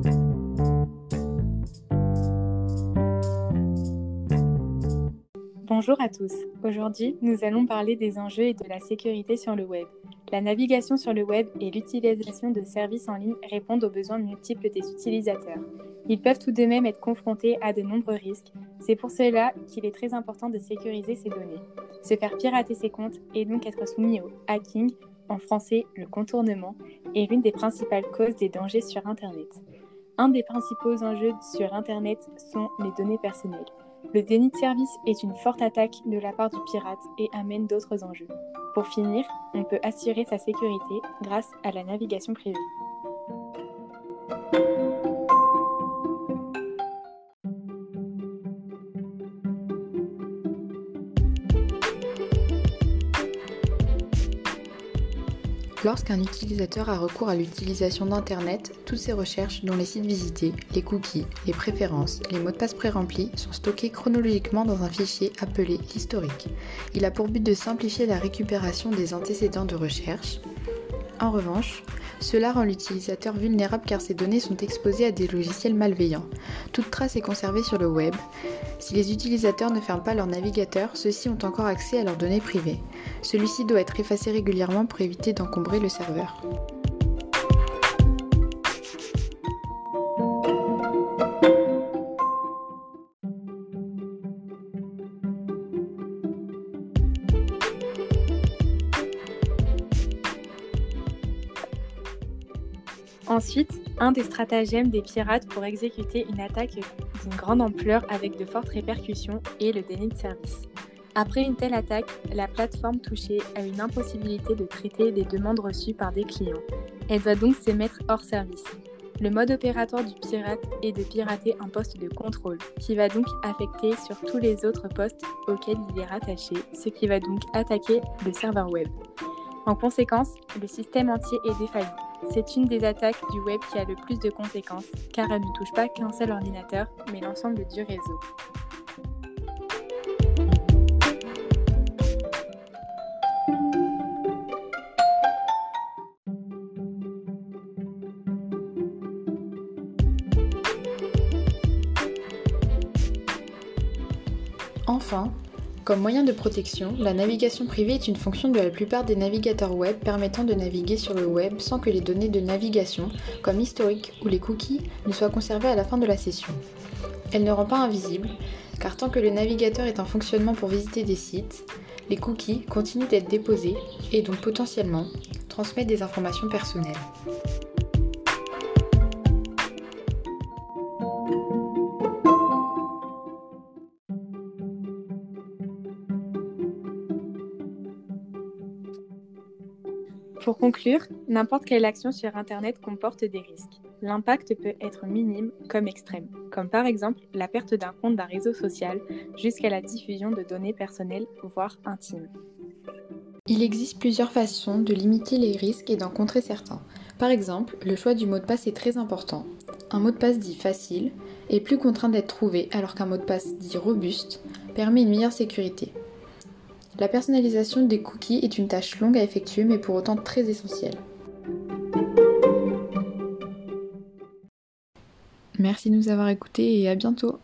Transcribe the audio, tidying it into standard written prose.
Bonjour à tous. Aujourd'hui, nous allons parler des enjeux et de la sécurité sur le web. La navigation sur le web et l'utilisation de services en ligne répondent aux besoins multiples des utilisateurs. Ils peuvent tout de même être confrontés à de nombreux risques. C'est pour cela qu'il est très important de sécuriser ces données. Se faire pirater ses comptes et donc être soumis au hacking, en français le contournement, est l'une des principales causes des dangers sur Internet. Un des principaux enjeux sur Internet sont les données personnelles. Le déni de service est une forte attaque de la part du pirate et amène d'autres enjeux. Pour finir, on peut assurer sa sécurité grâce à la navigation privée. Lorsqu'un utilisateur a recours à l'utilisation d'Internet, toutes ses recherches, dont les sites visités, les cookies, les préférences, les mots de passe pré-remplis, sont stockés chronologiquement dans un fichier appelé l'historique. Il a pour but de simplifier la récupération des antécédents de recherche. En revanche, cela rend l'utilisateur vulnérable car ses données sont exposées à des logiciels malveillants. Toute trace est conservée sur le web. Si les utilisateurs ne ferment pas leur navigateur, ceux-ci ont encore accès à leurs données privées. Celui-ci doit être effacé régulièrement pour éviter d'encombrer le serveur. Ensuite, un des stratagèmes des pirates pour exécuter une attaque d'une grande ampleur avec de fortes répercussions est le déni de service. Après une telle attaque, la plateforme touchée a une impossibilité de traiter des demandes reçues par des clients. Elle doit donc se mettre hors service. Le mode opératoire du pirate est de pirater un poste de contrôle, qui va donc affecter sur tous les autres postes auxquels il est rattaché, ce qui va donc attaquer le serveur web. En conséquence, le système entier est défaillant. C'est une des attaques du web qui a le plus de conséquences, car elle ne touche pas qu'un seul ordinateur, mais l'ensemble du réseau. Enfin, comme moyen de protection, la navigation privée est une fonction de la plupart des navigateurs web permettant de naviguer sur le web sans que les données de navigation, comme l'historique ou les cookies, ne soient conservées à la fin de la session. Elle ne rend pas invisible, car tant que le navigateur est en fonctionnement pour visiter des sites, les cookies continuent d'être déposés et donc potentiellement transmettent des informations personnelles. Pour conclure, n'importe quelle action sur Internet comporte des risques. L'impact peut être minime comme extrême, comme par exemple la perte d'un compte d'un réseau social jusqu'à la diffusion de données personnelles, voire intimes. Il existe plusieurs façons de limiter les risques et d'en contrer certains. Par exemple, le choix du mot de passe est très important. Un mot de passe dit facile est plus contraint d'être trouvé alors qu'un mot de passe dit robuste permet une meilleure sécurité. La personnalisation des cookies est une tâche longue à effectuer mais pour autant très essentielle. Merci de nous avoir écoutés et à bientôt.